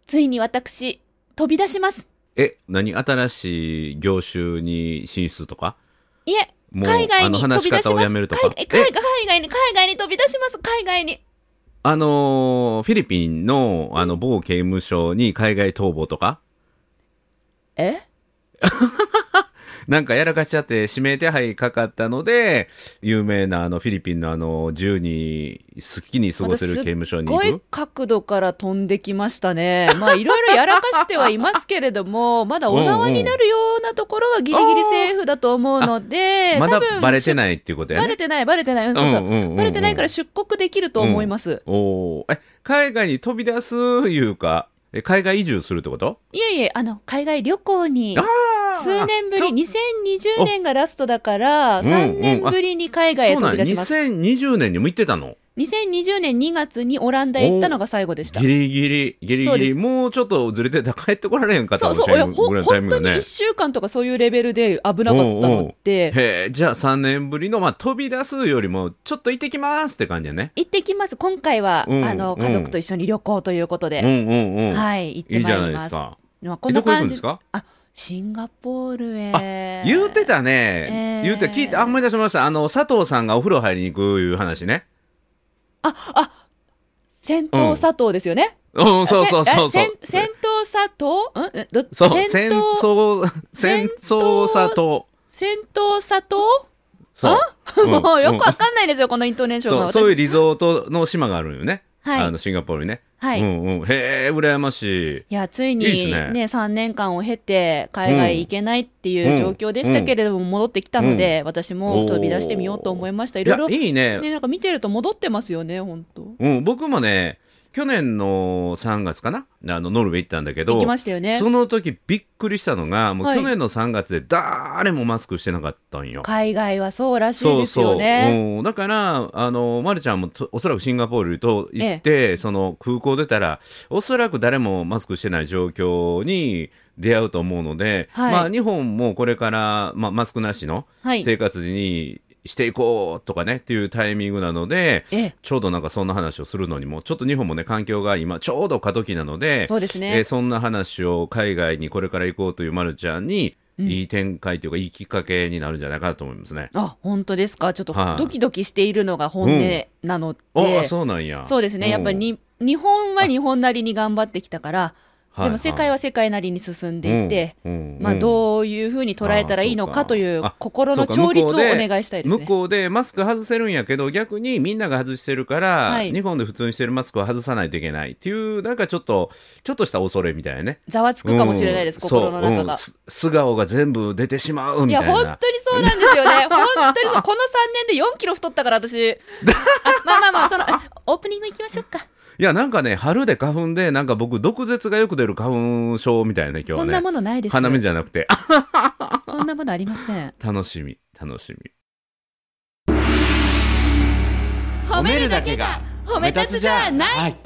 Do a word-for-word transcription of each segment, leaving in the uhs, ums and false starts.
ついに私飛び出します。 え、何新しい業種に進出とか？ いえ、 もう海外に飛び出します。 あの話し方をやめるとか。 海海海外に海外に飛び出します。海外に。 あのー、フィリピンのあの某刑務所に海外逃亡とか？ え？ なんかやらかしちゃって指名手配かかったので、有名なあのフィリピンのあの自由に好きに過ごせる刑務所に行く。 すごい角度から飛んできましたね。まあいろいろやらかしてはいますけれども、まだお縄になるようなところはギリギリセーフだと思うので、 まだバレてないっていうことやね。 バレてないバレてない、うん、そうそう、うんうんうんうん、バレてないから出国できると思います。 うん、おえ海外に飛び出すいうか、海外移住するってこと？ いえいえ、あの海外旅行に数年ぶり、にせんにじゅうねんがラストだからさんねんぶりに海外へ飛び出します。 そうなん、にせんにじゅうねんにも行ってたの？ にせんにじゅうねんにがつにオランダへ行ったのが最後でした。 ギリギリギリギリ、もうちょっとずれてたら帰ってこられへんかったかもしれないぐらいのタイミングね。 本当にいっしゅうかんとかそういうレベルで危なかったので。 へえ、じゃあさんねんぶりの、まあ、飛び出すよりもちょっと行ってきますって感じやね。 行ってきます。今回は、うん、あの家族と一緒に旅行ということで、うんうんうん、はい行ってまいります。いいじゃないですか。まあ、こんな感じ。どこ行くんですか？あ、シンガポールへ。 言うてたね、えー、言うて聞いて、あ、思い出しました。あの佐藤さんがお風呂入りに行くいう話ね。 ああ、戦闘佐藤ですよね。 うん、うん、そうそうそうそう。 戦闘佐藤？ん？どそう、戦闘戦闘佐藤。 戦闘佐藤？ そう。 あ？もうよくわかんないですよ、このイントネーションが。 そう、そういうリゾートの島があるよね。 はい、 あのシンガポールにね。 はい、 うんうん、へえ、羨ましい。 いや、ついに ね, いいねさんねんかんを経て海外行けないっていう状況でしたけれども、戻ってきたので、うん、私も飛び出してみようと思いました。いろいろ、 いいね、 ね、なんか見てると戻ってますよね、本当。 うん、僕もね、去年のさんがつかな、あのノルウェー行ったんだけど、 行きましたよね。 その時びっくりしたのが、もう去年のさんがつで誰もマスクしてなかったんよ。 海外はそうらしいですよね。 そうそう、うん、だからあのまるちゃんもおそらくシンガポールと行って、ええ、その空港出たらおそらく誰もマスクしてない状況に出会うと思うので、はい、まあ、日本もこれから、まあ、マスクなしの生活に、はい、していこうとかねっていうタイミングなので、えちょうどなんかそんな話をするのにもちょっと日本もね環境が今ちょうど過渡期なので、 そうですね、 えー、そんな話を海外にこれから行こうというまるちゃんに、うん、いい展開というかいいきっかけになるんじゃないかなと思いますね。 あ、本当ですか。ちょっとドキドキしているのが本音なので、うん、 あ、そうなんや。 そうですね、やっぱりに日本は日本なりに頑張ってきたから、でも世界は世界なりに進んでいて、はいはい、まあ、どういうふうに捉えたらいいのかという心の調律をお願いしたいですね。 向こうでマスク外せるんやけど逆にみんなが外してるから、はい、日本で普通にしてるマスクを外さないといけないっていうなんかちょっとちょっとした恐れみたいなね。 ざわつくかもしれないです、うん、心の中が、うん、 素顔が全部出てしまうみたいな。 いや本当にそうなんですよね本当にそう。このさんねんでよんキロ太ったから私あまあまあまあそのオープニングいきましょうか。 いやなんかね、春で花粉でなんか僕毒舌がよく出る花粉症みたいなね、今日はね。 そんなものないです。 鼻水じゃなくてそんなものありません。 楽しみ楽しみ。 褒めるだけが褒め立つじゃない、はい、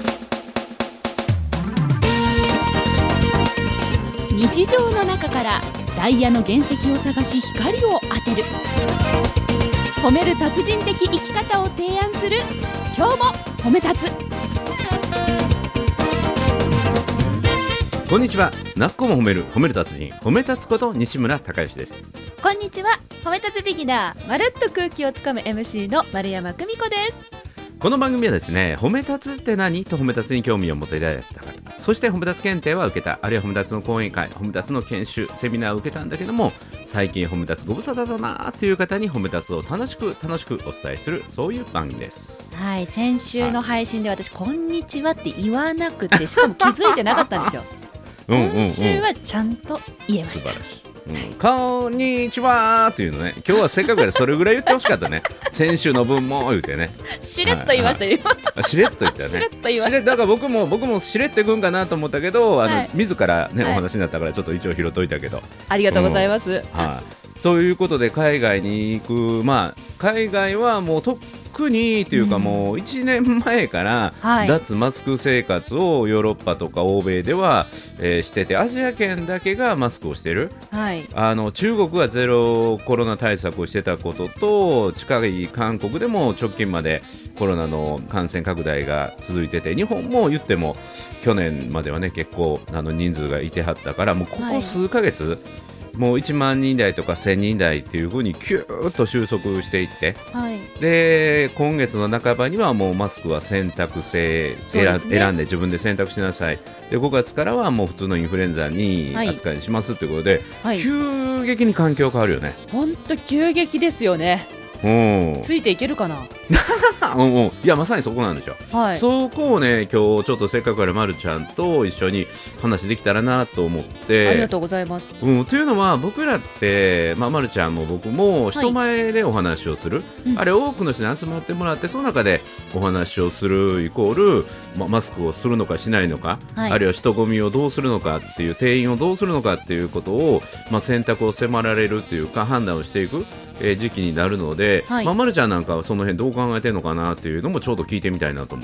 日常の中からダイヤの原石を探し光を当てる、褒める達人的生き方を提案する、今日も褒め立つ。 こんにちは。なっこも褒める褒める達人、褒め立つこと西村孝之です。 こんにちは。褒め立つビギナー、まるっと空気をつかむ エムシー の丸山久美子です。 この番組はですね、褒め立つって何と褒め立つに興味を持っていただいた方、そして褒め立つ検定は受けた、あるいは褒め立つの講演会、褒め立つの研修セミナーを受けたんだけども、最近褒め立つご無沙汰だなという方に褒め立つを楽しく楽しくお伝えする、そういう番組です。 はい、先週の配信で私、はい、こんにちはって言わなくて、しかも気づいてなかったんですようんうん、今週はちゃんと言えました。 素晴らしい、うん、こんにちはっていうのね、今日はせっかくでそれぐらい言ってほしかったね先週の分も言うてね、 しれっと言いましたよ、はいはい、しれっと言ったねしれっと言いました。 だから僕も僕もしれっていくんかなと思ったけど、あの、はい、自らね、はい、お話になったからちょっと一応拾っといたけど、 ありがとうございます、うん、 はい、ということで海外に行く、まあ海外はもうとくにというか、もういちねんまえから脱マスク生活をヨーロッパとか欧米では、えー、してて、アジア圏だけがマスクをしてる、 はい、 あの中国はゼロコロナ対策をしてたことと、近い韓国でも直近までコロナの感染拡大が続いてて、日本も言っても去年まではね結構あの人数がいてはったから、もうここ数ヶ月、はい、もういちまんにん台とかせんにん台っていう風にキューッと収束していって、はい、で今月の半ばにはもうマスクは選択制、選, ね、選んで自分で選択しなさい、でごがつからはもう普通のインフルエンザに扱いしますということで、はい、急激に環境変わるよね。 本当急激ですよね。ついていけるかなうんうん、いやまさにそこなんでしょ、はい、そこをね今日ちょっとせっかくからまるちゃんと一緒に話できたらなと思って。 ありがとうございます、 うん、というのは僕らって、まあ、まるちゃんも僕も人前でお話をする、はい、あれ多くの人に集まってもらって、その中でお話をするイコール、ま、マスクをするのかしないのか、はい、あるいは人混みをどうするのかっていう、定員をどうするのかっていうことを、まあ、選択を迫られるというか判断をしていくえー、時期になるので、はい、まあ、まるちゃんなんかはその辺どう考えてるのかなっていうのもちょうど聞いてみたいなと思って。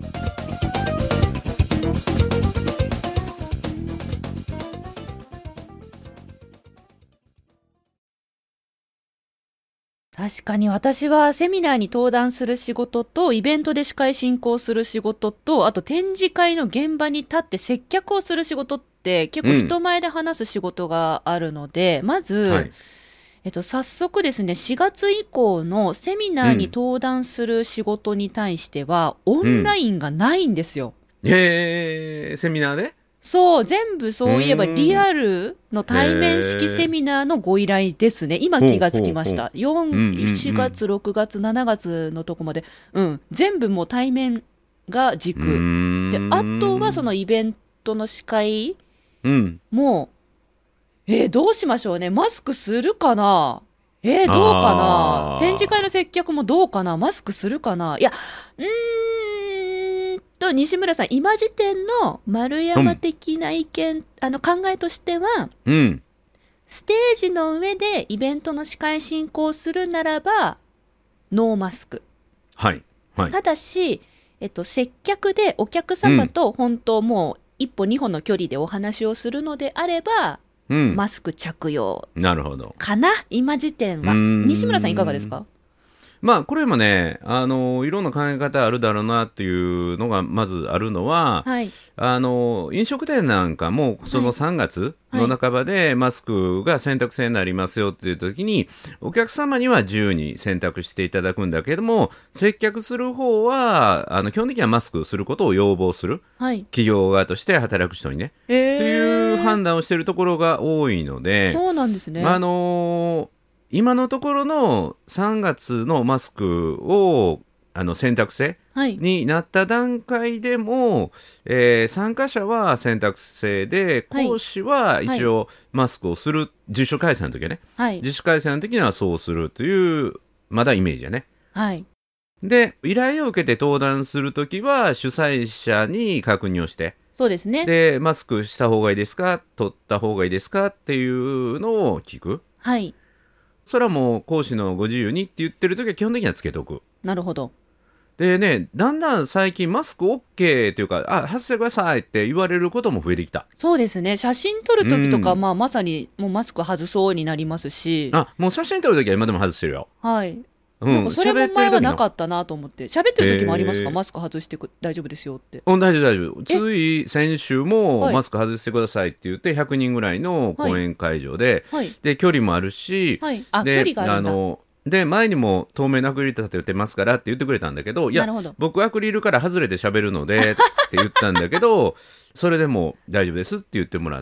確かに私はセミナーに登壇する仕事と、イベントで司会進行する仕事と、あと展示会の現場に立って接客をする仕事って結構人前で話す仕事があるので、うん、まず、はい、えっと、早速ですね、しがつ以降のセミナーに登壇する仕事に対しては、うん、オンラインがないんですよ。 へー、セミナーで？ そう、全部そういえばリアルの対面式セミナーのご依頼ですね。今気がつきました。よん、しがつ、ろくがつ、しちがつのとこまで、うん、全部もう対面が軸。で、あとはそのイベントの司会も、えー、どうしましょうね。マスクするかな。えー、どうかな。展示会の接客もどうかな。マスクするかな。いや、うーんと、西村さん、今時点の丸山的な意見、うん、あの考えとしては、うん、ステージの上でイベントの司会進行するならば、ノーマスク。 はいはい、 ただし、えっと、接客でお客様と本当もう一歩二歩の距離でお話をするのであれば、うん、マスク着用なるほどかな、今時点は。西村さんいかがですか？ まあこれもね、あのいろんな考え方あるだろうなっていうのがまずあるのは、はい、あの飲食店なんかもそのさんがつの半ばでマスクが選択制になりますよっていう時に、お客様には自由に選択していただくんだけども、接客する方はあの基本的にはマスクすることを要望する、はい、企業側として働く人にね、という判断をしているところが多いので。 そうなんですね。 あの今のところのさんがつのマスクをあの選択制になった段階でも、はい、えー、参加者は選択制で、講師は一応マスクをする、はい、自主開催の時はね、はい、自主開催の時にはそうするというまだイメージやね、はい、で依頼を受けて登壇する時は主催者に確認をして、 そうですね、 でマスクした方がいいですか、取った方がいいですかっていうのを聞く。はい、それはもう講師のご自由にって言ってるときは基本的にはつけとく。 なるほど。 でね、だんだん最近マスク OK というか、あ、外してくださいって言われることも増えてきた。 そうですね、写真撮るときとか、うん、まあ、まさにもうマスク外そうになりますし。 あ、もう写真撮るときは今でも外してるよ。 はい、うん、なんかそれも前はなかったなと思って。喋ってる時もありますか、マスク外してく大丈夫ですよって。 うん、大丈夫大丈夫。つい先週もマスク外してくださいって言ってひゃくにんぐらいの講演会場で、はいはい、で距離もあるし、はい、あ、で距離があるんだ。あので前にも透明なアクリル立ててますからって言ってくれたんだけど、いや僕アクリルから外れて喋るのでって言ったんだけどそれでも大丈夫ですって言ってもらって、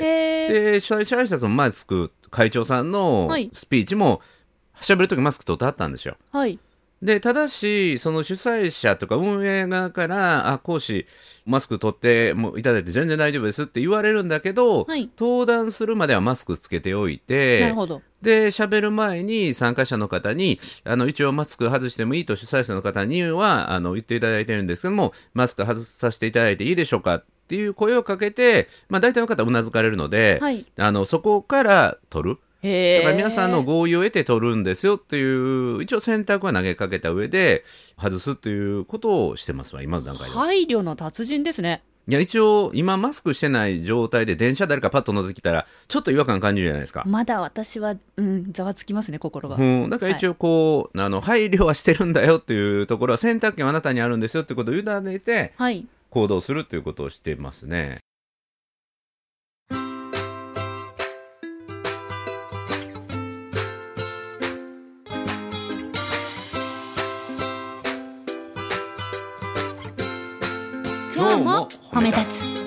で主催者挨拶もマスク会長さんのスピーチも喋るときマスク取ってあったんですよ。はい、でただしその主催者とか運営側からあ講師マスク取ってもいただいて全然大丈夫ですって言われるんだけど、はい、登壇するまではマスクつけておいて、なるほど。で喋る前に参加者の方にあの一応マスク外してもいいと主催者の方にはあの言っていただいてるんですけども、マスク外させていただいていいでしょうかっていう声をかけて、まあ、大体の方うなずかれるので、はい、あのそこから取る。 へだから皆さんの合意を得て取るんですよっていう一応選択は投げかけた上で外すっていうことをしてますわ今の段階では。 配慮の達人ですね。 いや一応今マスクしてない状態で電車誰かパッと覗いてきたらちょっと違和感感じるじゃないですか。 まだ私は、うん、ざわつきますね心が、 うん、だから一応こう、はい、あの配慮はしてるんだよっていうところは選択権はあなたにあるんですよってことを委ねて行動するということをしてますね。 今日も褒め立つ。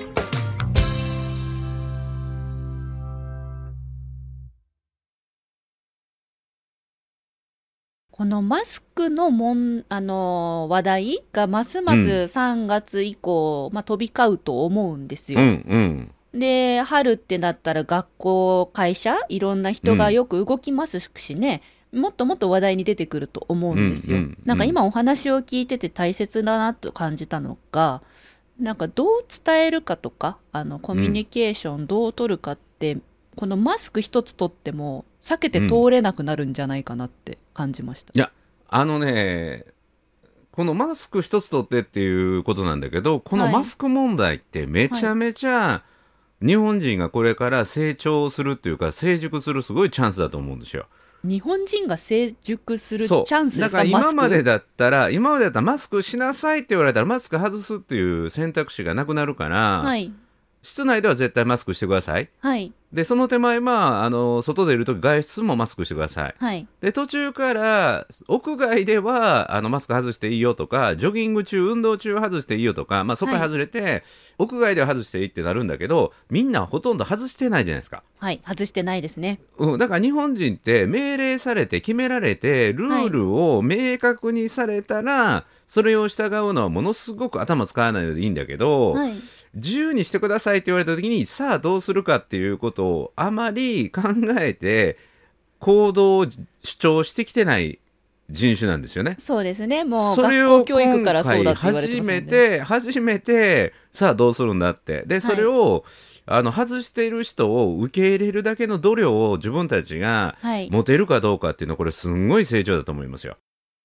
このマスクのもん、あのー話題がますますさんがつ以降、うんまあ、飛び交うと思うんですよ、 うんうん、 で春ってなったら学校会社いろんな人がよく動きますしね、うん、もっともっと話題に出てくると思うんですよ、うんうんうん、なんか今お話を聞いてて大切だなと感じたのがなんかどう伝えるかとかあのコミュニケーションどう取るかって、うん、このマスク一つ取っても避けて通れなくなるんじゃないかなって感じました、 うん、いやあのねこのマスク一つ取ってっていうことなんだけどこのマスク問題ってめちゃめちゃ日本人がこれから成長するっていうか成熟するすごいチャンスだと思うんですよ。 日本人が成熟するチャンスですか。 だから今までだったら今までだったらマスクしなさいって言われたらマスク外すっていう選択肢がなくなるから、はい、室内では絶対マスクしてください、はい、でその手前、まあ、あの外でいるとき外出もマスクしてください、はい、で途中から屋外ではあのマスク外していいよとかジョギング中運動中外していいよとか、まあ、そこから外れて、はい、屋外では外していいってなるんだけどみんなほとんど外してないじゃないですか。 はい外してないですね、 うん、だから日本人って命令されて決められてルールを明確にされたら、はい、それを従うのはものすごく頭使わないのでいいんだけど、はい、自由にしてくださいって言われた時にさあどうするかっていうことをあまり考えて行動を主張してきてない人種なんですよね。 そうですねもう学校教育からそうだって言われてますもんね。 初めて初めてさあどうするんだってでそれを、はいあの外している人を受け入れるだけの度量を自分たちが持てるかどうかっていうのはこれすんごい成長だと思いますよ。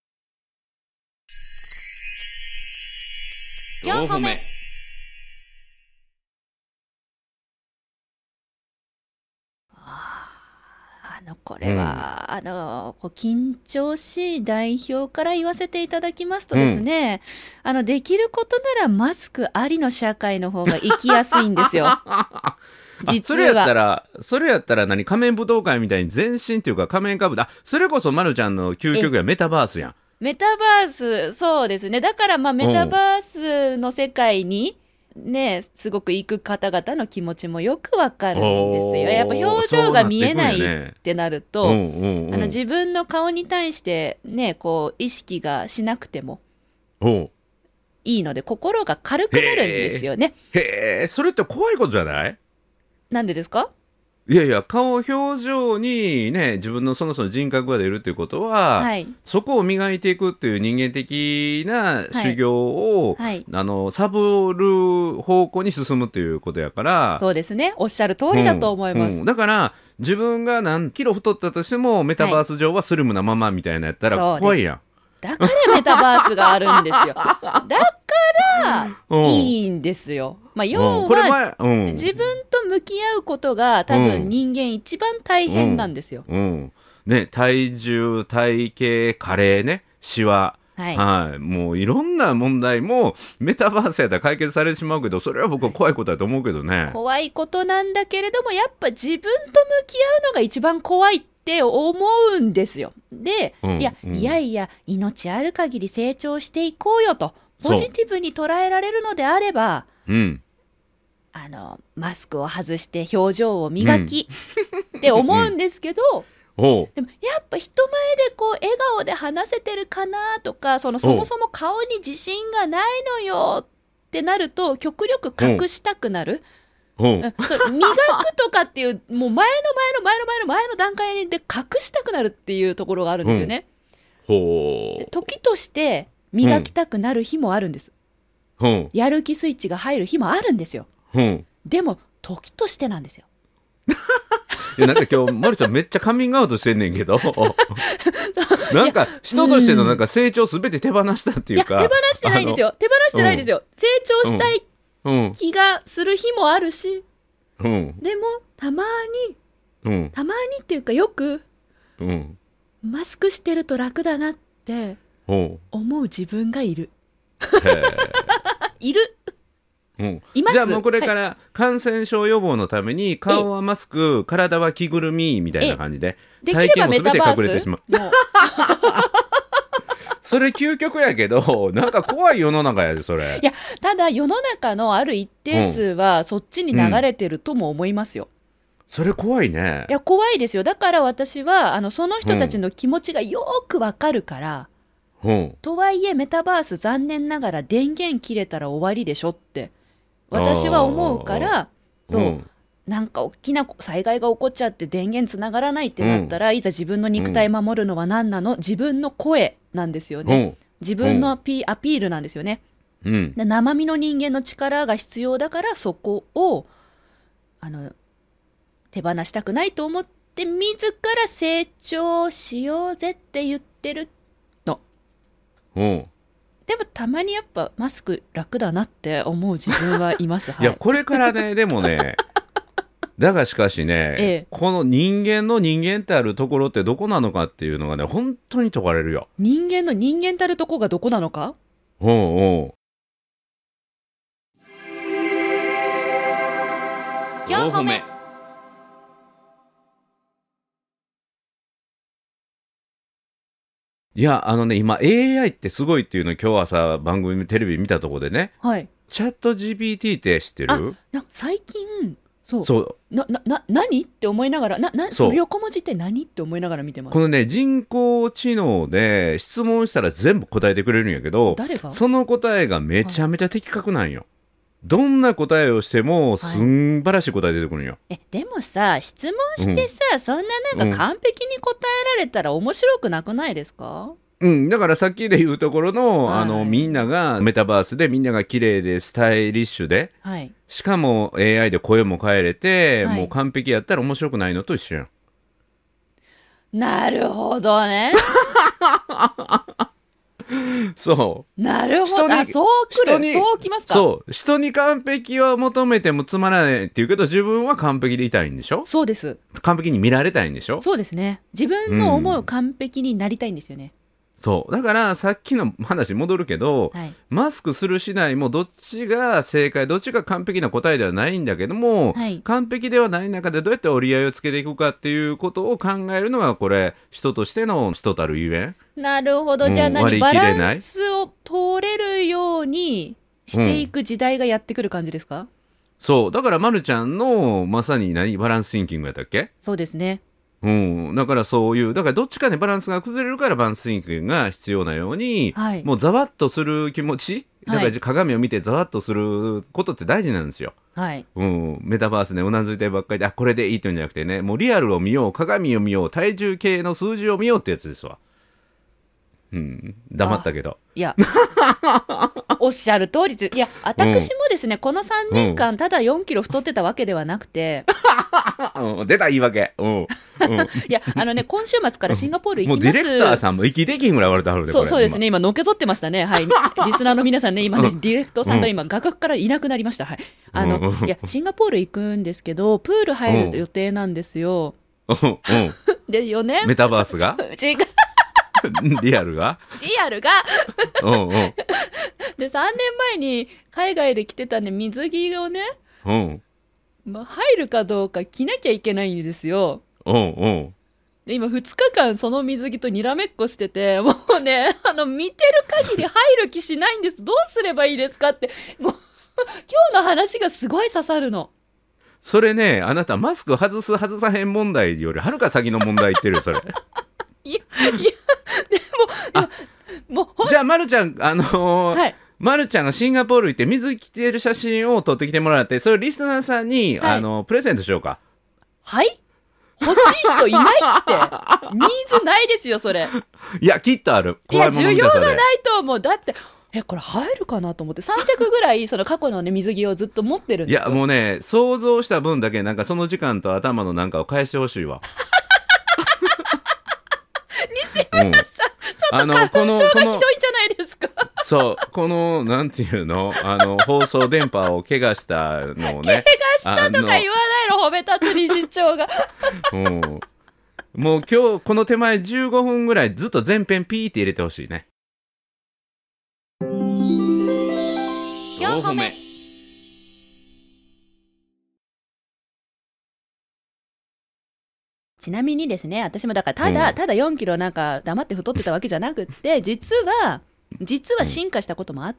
よんほめあのこれは、うん、あのこう緊張しい代表から言わせていただきますとですね、うん、あのできることならマスクありの社会の方が生きやすいんですよ実はそれやったらそれやったら何仮面舞踏会みたいに全身っていうか仮面かぶってあそれこそまるちゃんの究極やメタバースやん。 メタバースそうですねだからまあメタバースの世界にね、すごく行く方々の気持ちもよくわかるんですよ。やっぱ表情が見えないってなると、あの自分の顔に対してね、こう意識がしなくてもいいので心が軽くなるんですよね。 へえ、それって怖いことじゃない？ なんでですか？ いやいや顔表情にね自分のそのその人格が出るっていうことは、はい、そこを磨いていくっていう人間的な修行を、はいはい、あのサボる方向に進むっていうことやからそうですねおっしゃる通りだと思います、 うんうん、だから自分が何キロ太ったとしてもメタバース上はスリムなままみたいなやったら怖いやん。 だからメタバースがあるんですよ。だからいいんですよ。まあ、要は自分と向き合うことが多分人間一番大変なんですよ。 うんうんね、体重体型加齢ねシワはいはい、もういろんな問題もメタバースやったら解決されてしまうけどそれは僕は怖いことだと思うけどね、はい、 怖いことなんだけれどもやっぱ自分と向き合うのが一番怖いって思うんですよ。で、うん、いや、うん、いやいや命ある限り成長していこうよとポジティブに捉えられるのであれば、うん、あのマスクを外して表情を磨き、うん、って思うんですけど、うんでもやっぱ人前でこう笑顔で話せてるかなとかそのそもそも顔に自信がないのよってなると極力隠したくなる。それ磨くとかっていうもう前の前の前の前の前の段階で隠したくなるっていうところがあるんですよね。で時として磨きたくなる日もあるんです。やる気スイッチが入る日もあるんですよ。でも時としてなんですよ。 いやなんか今日まるちゃんめっちゃカミングアウトしてんねんけどなんか人としてのなんか成長すべて手放したっていうか、 いや手放してないんですよ。手放してないですよ、うん、成長したい気がする日もあるし、うん、でもたまに、うん、たまにっていうかよく、うん、マスクしてると楽だなって思う自分がいるいる、 うん、います。じゃあもうこれから感染症予防のために顔はマスク、体は着ぐるみみたいな感じで体型も全て隠れてしまう。それ究極やけどなんか怖い世の中やでそれ。 いやただ世の中のある一定数はそっちに流れてるとも思いますよ、うん、 それ怖いね。 いや怖いですよ。だから私はあのその人たちの気持ちがよくわかるから、うん、とはいえメタバース残念ながら電源切れたら終わりでしょって私は思うから、そう、うん、なんか大きな災害が起こっちゃって電源つながらないってなったら、うん、いざ自分の肉体守るのは何なの、自分の声なんですよね、うん、自分のアピ、アピールなんですよね、うん、で生身の人間の力が必要だからそこをあの手放したくないと思って自ら成長しようぜって言ってるの、うん、でもたまにやっぱマスク楽だなって思う自分はいます、はい、 いやこれからねでもねだがしかしね、ええ、この人間の人間ってあるところってどこなのかっていうのがね本当に問われるよ。 人間の人間たるところがどこなのか。 おうおうよんほめ。 いやあのね今 エーアイ ってすごいっていうのを今日はさ番組テレビ見たところでね、はい、チャット ジーピーティー って知ってる？ あな最近そうそうななな何って思いながらななその横文字って何って思いながら見てます。 このね人工知能で質問したら全部答えてくれるんやけど誰が？ その答えがめちゃめちゃ的確なんよ、はい、どんな答えをしてもすんばらしい答え出てくるんよ、 はい、えでもさ質問してさ、うん、そんななんか完璧に答えられたら面白くなくないですか？ うん、だからさっきで言うところ の,、はい、あのみんながメタバースでみんなが綺麗でスタイリッシュで、はい、しかも エーアイ で声も変えれて、はい、もう完璧やったら面白くないのと一緒やん。 なるほどねそうなるほど。あそうくるそうきますか。 そう人に完璧を求めてもつまらないっていうけど自分は完璧でいたいんでしょ。 そうです。 完璧に見られたいんでしょ。 そうですね。自分の思う完璧になりたいんですよね、うんそうだからさっきの話に戻るけど、はい、マスクするしないもどっちが正解どっちが完璧な答えではないんだけども、はい、完璧ではない中でどうやって折り合いをつけていくかっていうことを考えるのがこれ人としての人たるゆえん。 なるほど。じゃあ何、うん、バランスを取れるようにしていく時代がやってくる感じですか、うん、 そうだからまるちゃんのまさに何バランスシンキングやったっけ。 そうですね。 うん、だからそういうだからどっちかでバランスが崩れるからバランスシンキングが必要なように、はい、もうざわっとする気持ちだから鏡を見てざわっとすることって大事なんですよ、はいうん、メタバースでうなずいてばっかりであこれでいいっていうんじゃなくてねもうリアルを見よう鏡を見よう体重計の数字を見ようってやつですわ。うん、黙ったけどいやおっしゃる通りです。いや私もですね、うん、このさんねんかんただよんキロ太ってたわけではなくて、 うん、出た言い訳、うんうん、いやあのね今週末からシンガポール行きます。 もうディレクターさんも息できんぐらい割れてはるで。 そうそうですね今のけぞってましたね。はいリスナーの皆さんね今ね、うん、ディレクターさんが今、うん、画角からいなくなりました。はいあの、うん、いやシンガポール行くんですけどプール入る予定なんですよ、うんうん、でよねメタバースが違うリアルがリアルがうん、うん、でさんねんまえに海外で着てたね水着をね、うんまあ、入るかどうか着なきゃいけないんですよ、うんうん、で今ふつかかんその水着とにらめっこしててもうねあの見てる限り入る気しないんです。どうすればいいですかってもう今日の話がすごい刺さるの。 それねあなたマスク外す外さへん問題よりはるか先の問題言ってるそれいやいやでもでももうじゃあまるちゃんあのーはい、まるちゃんがシンガポール行って水着てる写真を撮ってきてもらってそれをリスナーさんに、はい、あのー、プレゼントしようか。 はい欲しい人いないってニーズないですよそれ。 いやきっとある。 いや需要がないと思う。だってえこれ入るかなと思ってさん着ぐらいその過去の、ね、水着をずっと持ってるんですよ。 いやもうね想像した分だけなんかその時間と頭のなんかを返してほしいわ西村さん、うん、ちょっと花粉症がひどいじゃないですか。 そうこのなんていうのあの放送電波を怪我したのをね怪我したとか言わないの褒め立つ理事長が、 うん、もう今日この手前じゅうごふんぐらいずっと全編ピーって入れてほしいね。よんほめ。 ちなみにですね、私もだからただ、うん、ただよんキロなんか黙って太ってたわけじゃなくって実は実は進化したこともあって、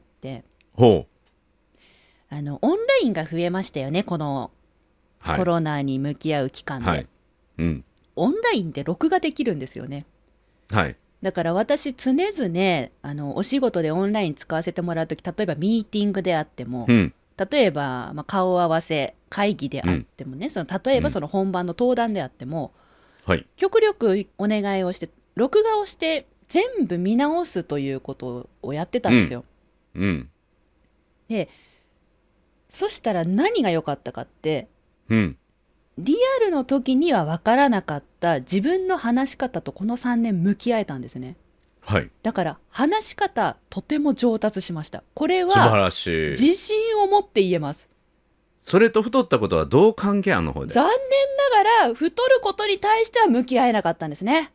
うん、 あのオンラインが増えましたよね、このコロナに向き合う期間で、はいうん、 オンラインで録画できるんですよね。 はい。 だから私常々あのお仕事でオンライン使わせてもらうとき、例えばミーティングであっても、うん、例えば、まあ、顔合わせ会議であってもね、うん、その例えばその本番の登壇であっても、うん、極力お願いをして録画をして全部見直すということをやってたんですよ、 うんうん、 でそしたら何が良かったかって、 うん、 リアルの時には分からなかった自分の話し方とこのさんねん向き合えたんですね。 はい。 だから話し方とても上達しました。これは素晴らしい。 自信を持って言えます。 それと太ったことはどう関係あるの？ほいで残念ながら太ることに対しては向き合えなかったんですね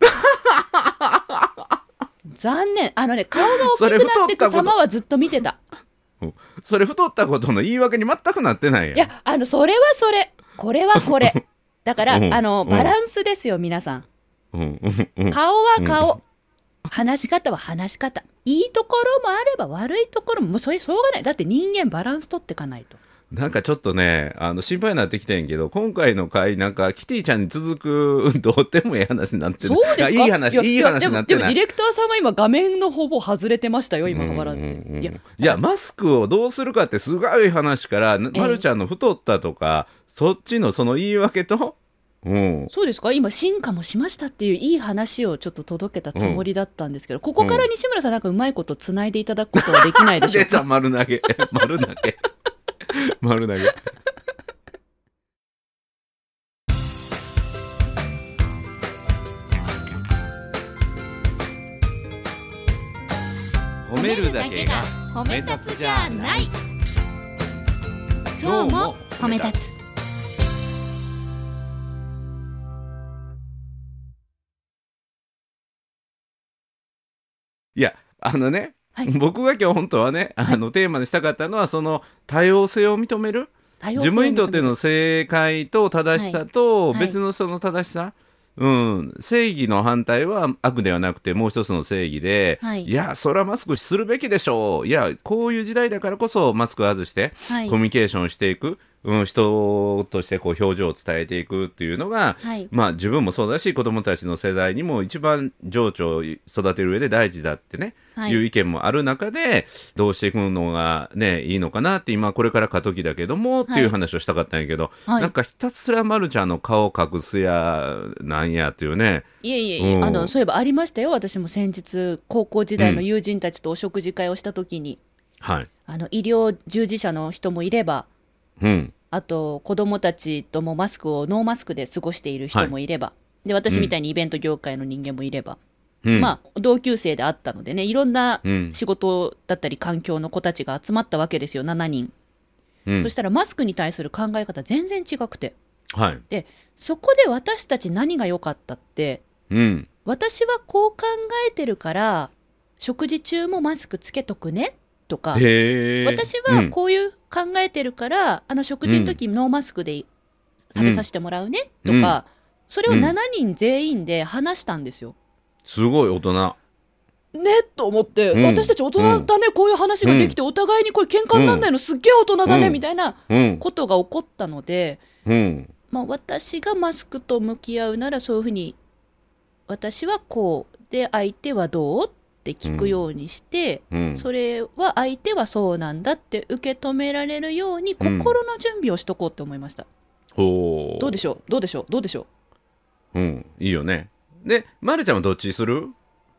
残念。あのね、顔が大きくなっていく様はずっと見てた。 それ太ったことの言い訳に全くなってないやん。 いや、あのそれはそれこれはこれだから、うん、あのバランスですよ皆さん、うんうん、顔は顔、うん、話し方は話し方、いいところもあれば悪いところももうそれしょうがない。だって人間バランス取っていかないと。 なんかちょっとねあの心配になってきてんけど、今回の回なんかキティちゃんに続くどうでもいい話になってる。 そうですか。 いい話、いい話になってない。 でもディレクターさんは今画面のほぼ外れてましたよ今。はばらって、うんうんうん、 いやいやマスクをどうするかってすごい話から、まるちゃんの太ったとか、えー、そっちのその言い訳と、うん、 そうですか。今進化もしましたっていういい話をちょっと届けたつもりだったんですけど、うん、ここから西村さんなんかうまいことつないでいただくことはできないでしょうか。 出た丸投げ丸投げ丸投げ褒めるだけが褒め立つじゃない。 今日も褒め立つ。 いやあのね、はい、僕が今日本当はね、あの、はい、テーマにしたかったのはその多様性を認める、自分にとっての正解と正しさと別のその正しさ、はいうん、正義の反対は悪ではなくてもう一つの正義で、はい、いやそれはマスクするべきでしょう、いやこういう時代だからこそマスクを外して、はい、コミュニケーションしていく、うん、人としてこう表情を伝えていくっていうのが、はいまあ、自分もそうだし子どもたちの世代にも一番情緒を育てる上で大事だってね、はい、いう意見もある中でどうしていくのが、ね、いいのかなって今これから過渡期だけども、はい、っていう話をしたかったんやけど、はい、なんかひたすらまるちゃんの顔を隠すやなんやっていうね。 いえいえ、うん、あのそういえばありましたよ。私も先日高校時代の友人たちとお食事会をした時に、うんはい、あの医療従事者の人もいれば、うんあと子どもたちともマスクをノーマスクで過ごしている人もいれば、はい、で私みたいにイベント業界の人間もいれば、うん、まあ同級生であったのでね、いろんな仕事だったり環境の子たちが集まったわけですよ、しちにん、うん、そしたらマスクに対する考え方全然違くて、はい、でそこで私たち何が良かったって、うん、私はこう考えてるから食事中もマスクつけとくねとか、私はこういう考えてるから、うん、あの食事の時ノーマスクで食べさせてもらうね、うん、とか、それをしちにん全員で話したんですよ、うん、 すごい大人ねと思って、うん、私たち大人だね、うん、こういう話ができて、うん、お互いにこれ喧嘩にならないのすっげえ大人だね、うん、みたいなことが起こったので、うんまあ、私がマスクと向き合うならそういうふうに私はこうで相手はどうって聞くようにして、うん、それは相手はそうなんだって受け止められるように心の準備をしとこうって思いました、うん、どうでしょうどうでしょうどうでしょう、うん、いいよね。で、まるちゃんはどっちする？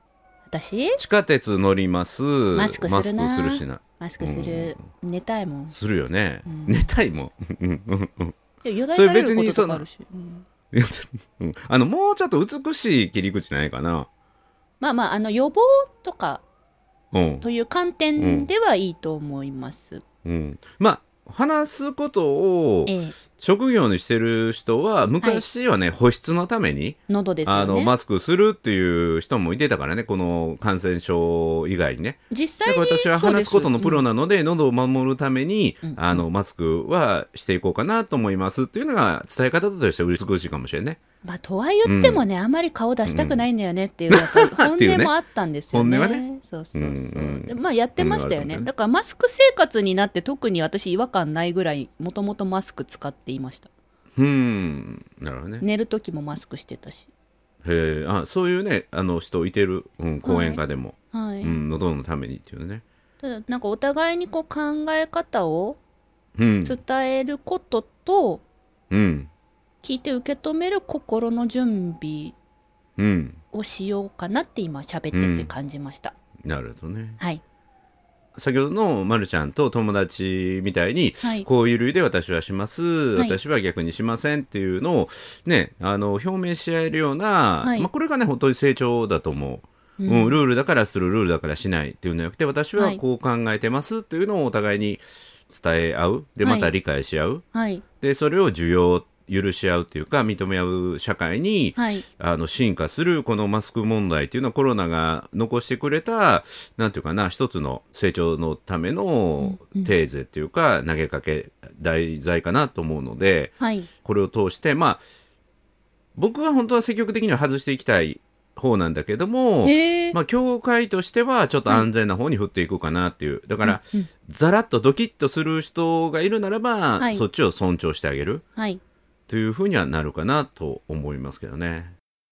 私地下鉄乗ります。 マスクするな。 マスクするしな。 マスクする、うん、寝たいもん。 するよね、 うん、 寝たいもんいやよだれ垂れることとかあるし、 うん、あのもうちょっと美しい切り口ないかな。 まあまあ、あの予防とかという観点ではいいと思います、 うんうん、まあ話すことを職業にしてる人は昔はね、はい、保湿のために喉ですよね、 あのマスクするっていう人もいてたからね、この感染症以外にね。 実際にだから私は話すことのプロなので、うん、喉を守るために、 うん、 あのマスクはしていこうかなと思いますっていうのが伝え方としては美しいかもしれないね。 まあ、とは言ってもね、うん、あまり顔出したくないんだよねっていう、うん、本音もあったんですよね。 本音はね。 そうそうそう。うんうんでまあ、やってましたよね。だからマスク生活になって特に私違和感ないぐらいもともとマスク使っていました。 うんなるほどね。 寝る時もマスクしてたし。 へえ、あ、そういうねあの人いてる、うん、講演家でも、 はいはいうん、喉のためにっていうね。 ただなんかお互いにこう考え方を伝えることと、 うん、 聞いて受け止める心の準備をしようかなって今喋ってて感じました、 うん、なるほどね。 はい。 先ほどのまるちゃんと友達みたいに、はい、こういう類で私はします、はい、私は逆にしませんっていうのを、ね、あの表明し合えるような、はいまあ、これがね本当に成長だと思う、うんうん、ルールだからするルールだからしないっていうんじゃなくて、私はこう考えてますっていうのをお互いに伝え合うでまた理解し合う、 はい、でそれを受容許し合うというか認め合う社会に、はい、あの進化するこのマスク問題というのはコロナが残してくれたなんていうかな一つの成長のためのテーゼというか、うんうん、投げかけ題材かなと思うので、 はい、 これを通してまあ僕は本当は積極的には外していきたい方なんだけども、まあ、協会としてはちょっと安全な方に振っていくかなっていう、だから、うんうん、ざらっとドキッとする人がいるならば、はい、そっちを尊重してあげる、 はいというふうにはなるかなと思いますけどね。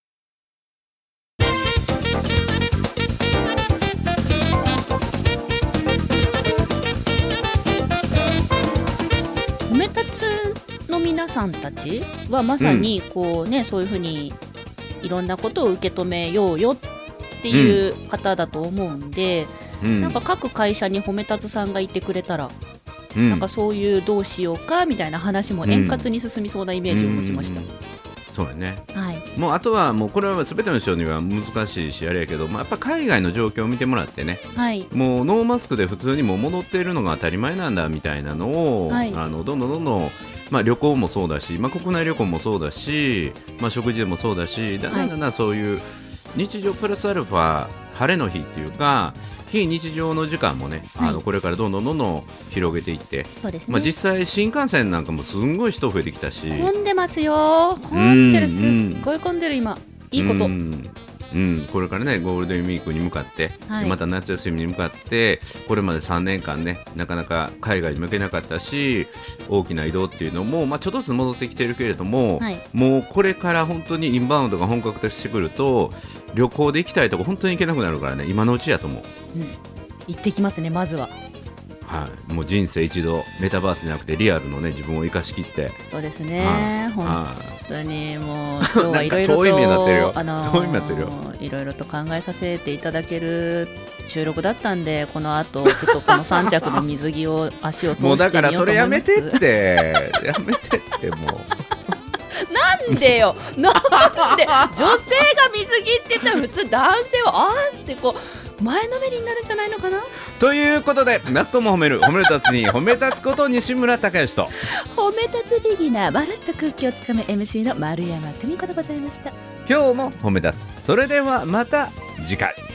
褒め立つの皆さんたちはまさにこう、ねうん、そういうふうにいろんなことを受け止めようよっていう方だと思うんで、うん、なんか各会社に褒め立つさんがいてくれたらうん、なんかそういうどうしようかみたいな話も円滑に進みそうなイメージを持ちました、うんうん、 そうやね、 はい、 もうあとはもうこれは全ての人には難しいしあれやけど、まあ、やっぱ海外の状況を見てもらってね、はい、もうノーマスクで普通にも戻っているのが当たり前なんだみたいなのを、はい、あのどんどんどんどん、まあ、旅行もそうだし、まあ、国内旅行もそうだし、まあ、食事でもそうだしだんだんだんだんそういう日常プラスアルファ晴れの日っていうか非日常の時間もね、はい、あのこれからどんどんどんどん広げていって、 そうですね、 まあ、実際新幹線なんかもすんごい人増えてきたし混んでますよ、混んでる、すっごい混んでる今、いいこと、 うんうん、これからねゴールデンウィークに向かって、はい、また夏休みに向かってこれまでさんねんかんねなかなか海外に向けなかったし大きな移動っていうのも、まあ、ちょっとずつ戻ってきてるけれども、はい、もうこれから本当にインバウンドが本格化してくると旅行で行きたいとこ本当に行けなくなるからね今のうちやと思う、 うん、行ってきますねまずは。 はい、もう人生一度メタバースじゃなくてリアルの、ね、自分を生かしきって。 そうですね、本当にもう今日はいろいろと遠い目になってるよ、 あのー、遠い目になってるよいろいろと考えさせていただける収録だったんでこの後ちょっとこのさん着の水着を足を通してみようと思います。もうだからそれやめてってやめてってもうなんでよなんで女性が水着って言ったら普通男性はあーってこう前のめりになるんじゃないのかなということで納豆も褒める褒める立つに褒め立つこと西村孝之と褒め立つビギナーまるっと空気をつかむ エムシー の丸山久美子でございました。 今日も褒め立つ。それではまた次回。